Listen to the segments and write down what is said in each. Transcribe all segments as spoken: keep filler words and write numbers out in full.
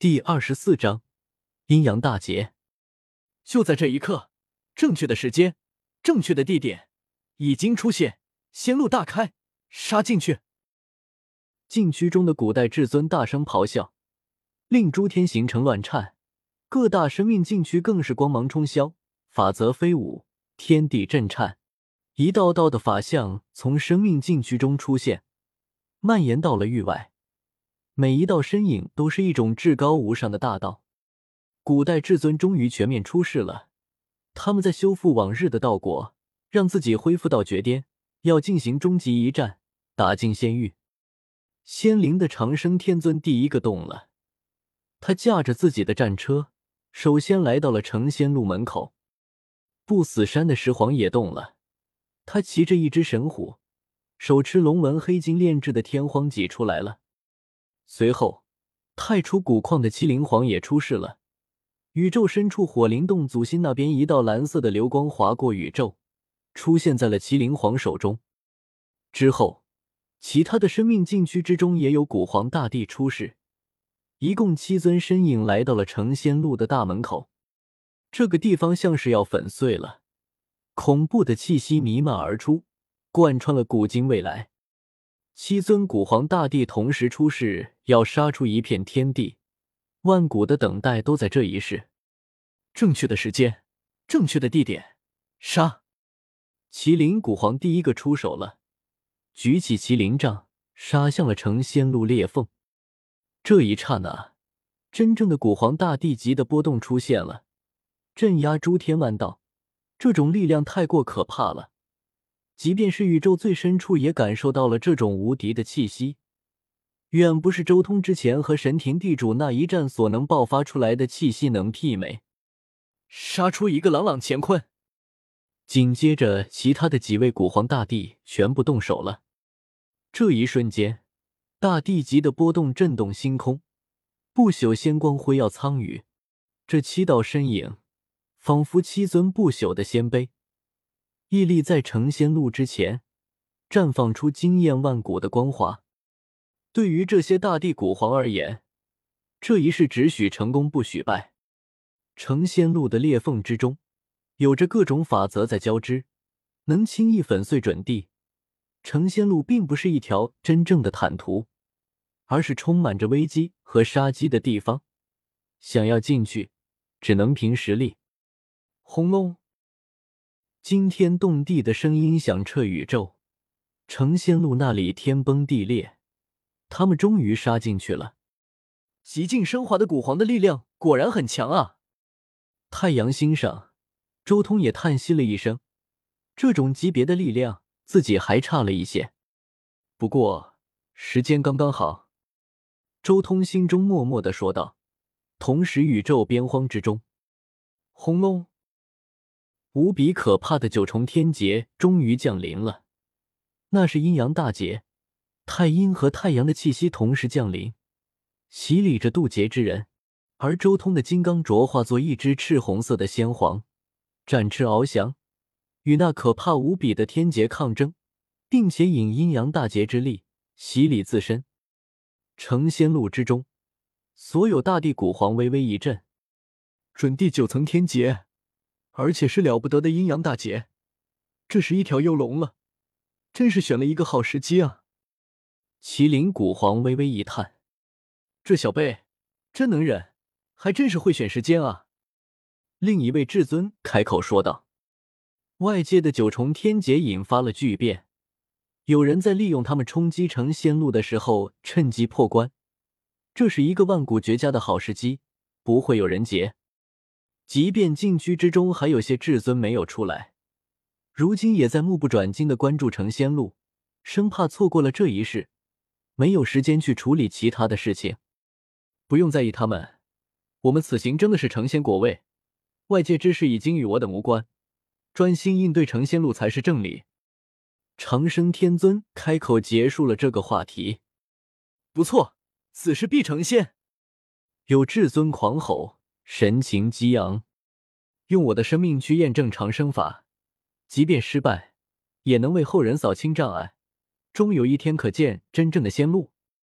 第二十四章阴阳大劫。 就在这一刻，正确的时间，正确的地点已经出现，仙路大开，杀进去！ 禁区中的古代至尊大声咆哮，令诸天形成乱颤，各大生命禁区更是光芒冲霄，法则飞舞，天地震颤，一道道的法相从生命禁区中出现，蔓延到了域外。每一道身影都是一种至高无上的大道。古代至尊终于全面出世了，他们在修复往日的道果，让自己恢复到绝巅，要进行终极一战，打进仙域。仙灵的长生天尊第一个动了，他驾着自己的战车，首先来到了成仙路门口。不死山的石皇也动了，他骑着一只神虎，手持龙纹黑金炼制的天荒戟出来了。随后，太初古矿的麒麟皇也出世了。宇宙深处火灵洞祖心那边，一道蓝色的流光划过宇宙，出现在了麒麟皇手中。之后，其他的生命禁区之中也有古皇大帝出世，一共七尊身影来到了成仙路的大门口。这个地方像是要粉碎了，恐怖的气息弥漫而出，贯穿了古今未来。七尊古皇大帝同时出世，要杀出一片天地，万古的等待都在这一世。 正确的时间，正确的地点，杀！ 麒麟古皇第一个出手了，举起麒麟杖，杀向了成仙路裂缝。这一刹那，真正的古皇大帝级的波动出现了，镇压诸天万道。这种力量太过可怕了，即便是宇宙最深处也感受到了这种无敌的气息，远不是周通之前和神庭地主那一战所能爆发出来的气息能媲美。 杀出一个朗朗乾坤！ 紧接着，其他的几位古皇大帝全部动手了。这一瞬间，大地级的波动震动星空，不朽仙光辉耀苍宇。这七道身影仿佛七尊不朽的仙碑，屹立在成仙路之前，绽放出惊艳万古的光华。对于这些大地古皇而言，这一世只许成功不许败。成仙路的裂缝之中，有着各种法则在交织，能轻易粉碎准地。成仙路并不是一条真正的坦途，而是充满着危机和杀机的地方。想要进去，只能凭实力。轰隆！惊天动地的声音响彻宇宙，成仙路那里天崩地裂，他们终于杀进去了。 极尽升华的古皇的力量果然很强啊！ 太阳星上，周通也叹息了一声，这种级别的力量自己还差了一些。不过时间刚刚好，周通心中默默地说道。同时宇宙边荒之中，轰隆！无比可怕的九重天劫终于降临了。那是阴阳大劫，太阴和太阳的气息同时降临，洗礼着渡劫之人。而周通的金刚镯化作一只赤红色的仙皇，展翅翱翔，与那可怕无比的天劫抗争，并且引阴阳大劫之力洗礼自身。成仙路之中，所有大地古皇微微一震。 准地九层天劫，而且是了不得的阴阳大劫，这是一条幽龙了，真是选了一个好时机啊！ 麒麟古皇微微一叹， 这小辈真能忍，还真是会选时间啊。 另一位至尊开口说道。外界的九重天劫引发了巨变，有人在利用他们冲击成仙路的时候趁机破关，这是一个万古绝佳的好时机，不会有人劫。即便禁区之中还有些至尊没有出来，如今也在目不转睛地关注成仙路，生怕错过了这一世，没有时间去处理其他的事情。 不用在意他们，我们此行争的是成仙果位，外界之事已经与我等无关，专心应对成仙路才是正理。 长生天尊开口结束了这个话题。 不错，此事必成仙！ 有至尊狂吼，神情激昂。 用我的生命去验证长生法，即便失败，也能为后人扫清障碍，终有一天可见真正的仙路。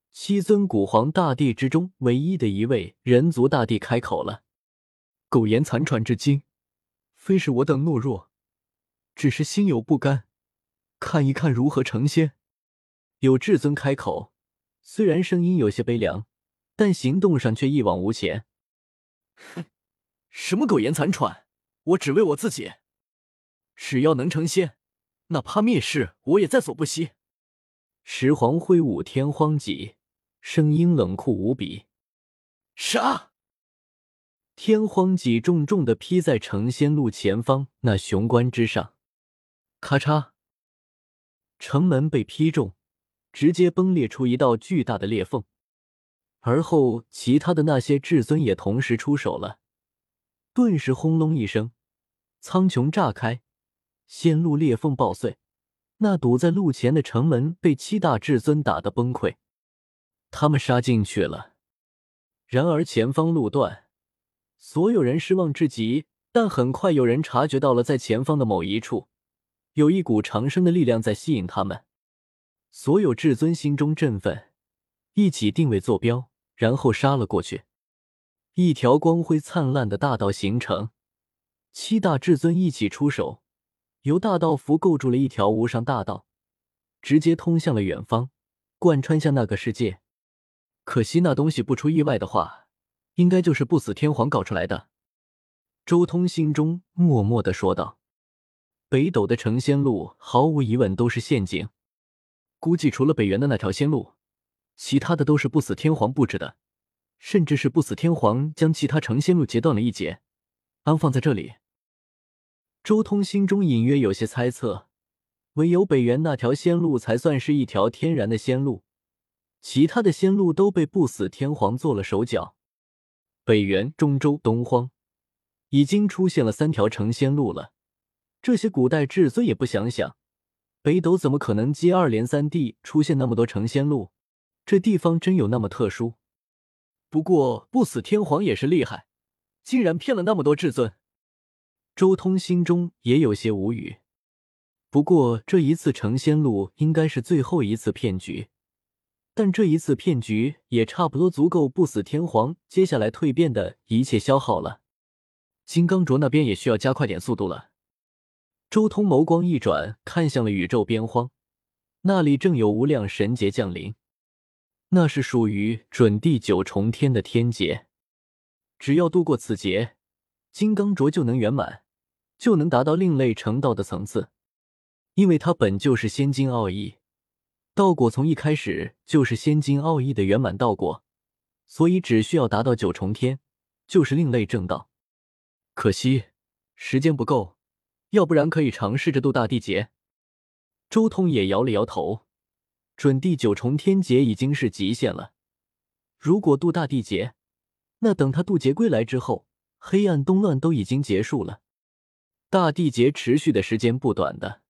七尊古皇大帝之中唯一的一位人族大帝开口了：“ 苟延残喘至今，非是我等懦弱，只是心有不甘，看一看如何成仙。” 有至尊开口，虽然声音有些悲凉，但行动上却一往无前。 哼，什么苟延残喘，我只为我自己。只要能成仙，哪怕灭世，我也在所不惜。 石皇挥舞天荒戟，声音冷酷无比。 杀！ 天荒戟重重地劈在成仙路前方那雄关之上，咔嚓，城门被劈中，直接崩裂出一道巨大的裂缝。而后其他的那些至尊也同时出手了，顿时轰隆一声，苍穹炸开，仙路裂缝爆碎，那堵在路前的城门被七大至尊打得崩溃。他们杀进去了，然而前方路断，所有人失望至极。但很快有人察觉到了，在前方的某一处有一股长生的力量在吸引他们。所有至尊心中振奋，一起定位坐标，然后杀了过去。一条光辉灿烂的大道形成，七大至尊一起出手，由大道符构筑了一条无上大道，直接通向了远方，贯穿向那个世界。可惜那东西不出意外的话，应该就是不死天皇搞出来的。周通心中默默地说道。北斗的成仙路毫无疑问都是陷阱，估计除了北原的那条仙路，其他的都是不死天皇布置的，甚至是不死天皇将其他成仙路截断了一截，安放在这里。周通心中隐约有些猜测，唯有北原那条仙路才算是一条天然的仙路，其他的仙路都被不死天皇做了手脚。北原、中州、东荒已经出现了三条成仙路了，这些古代至尊也不想想，北斗怎么可能接二连三地出现那么多成仙路？这地方真有那么特殊？不过不死天皇也是厉害，竟然骗了那么多至尊。周通心中也有些无语。不过这一次成仙路应该是最后一次骗局，但这一次骗局也差不多足够不死天皇接下来蜕变的一切消耗了。金刚镯那边也需要加快点速度了。周通眸光一转，看向了宇宙边荒，那里正有无量神劫降临，那是属于准地九重天的天劫。只要度过此劫，金刚镯就能圆满，就能达到另类成道的层次。因为它本就是仙金奥义，道果从一开始就是仙金奥义的圆满道果，所以只需要达到九重天，就是另类正道。可惜时间不够，要不然可以尝试着渡大地劫。周通也摇了摇头，准地九重天劫已经是极限了，如果渡大地劫，那等他渡劫归来之后，黑暗动乱都已经结束了。大地劫持续的时间不短的，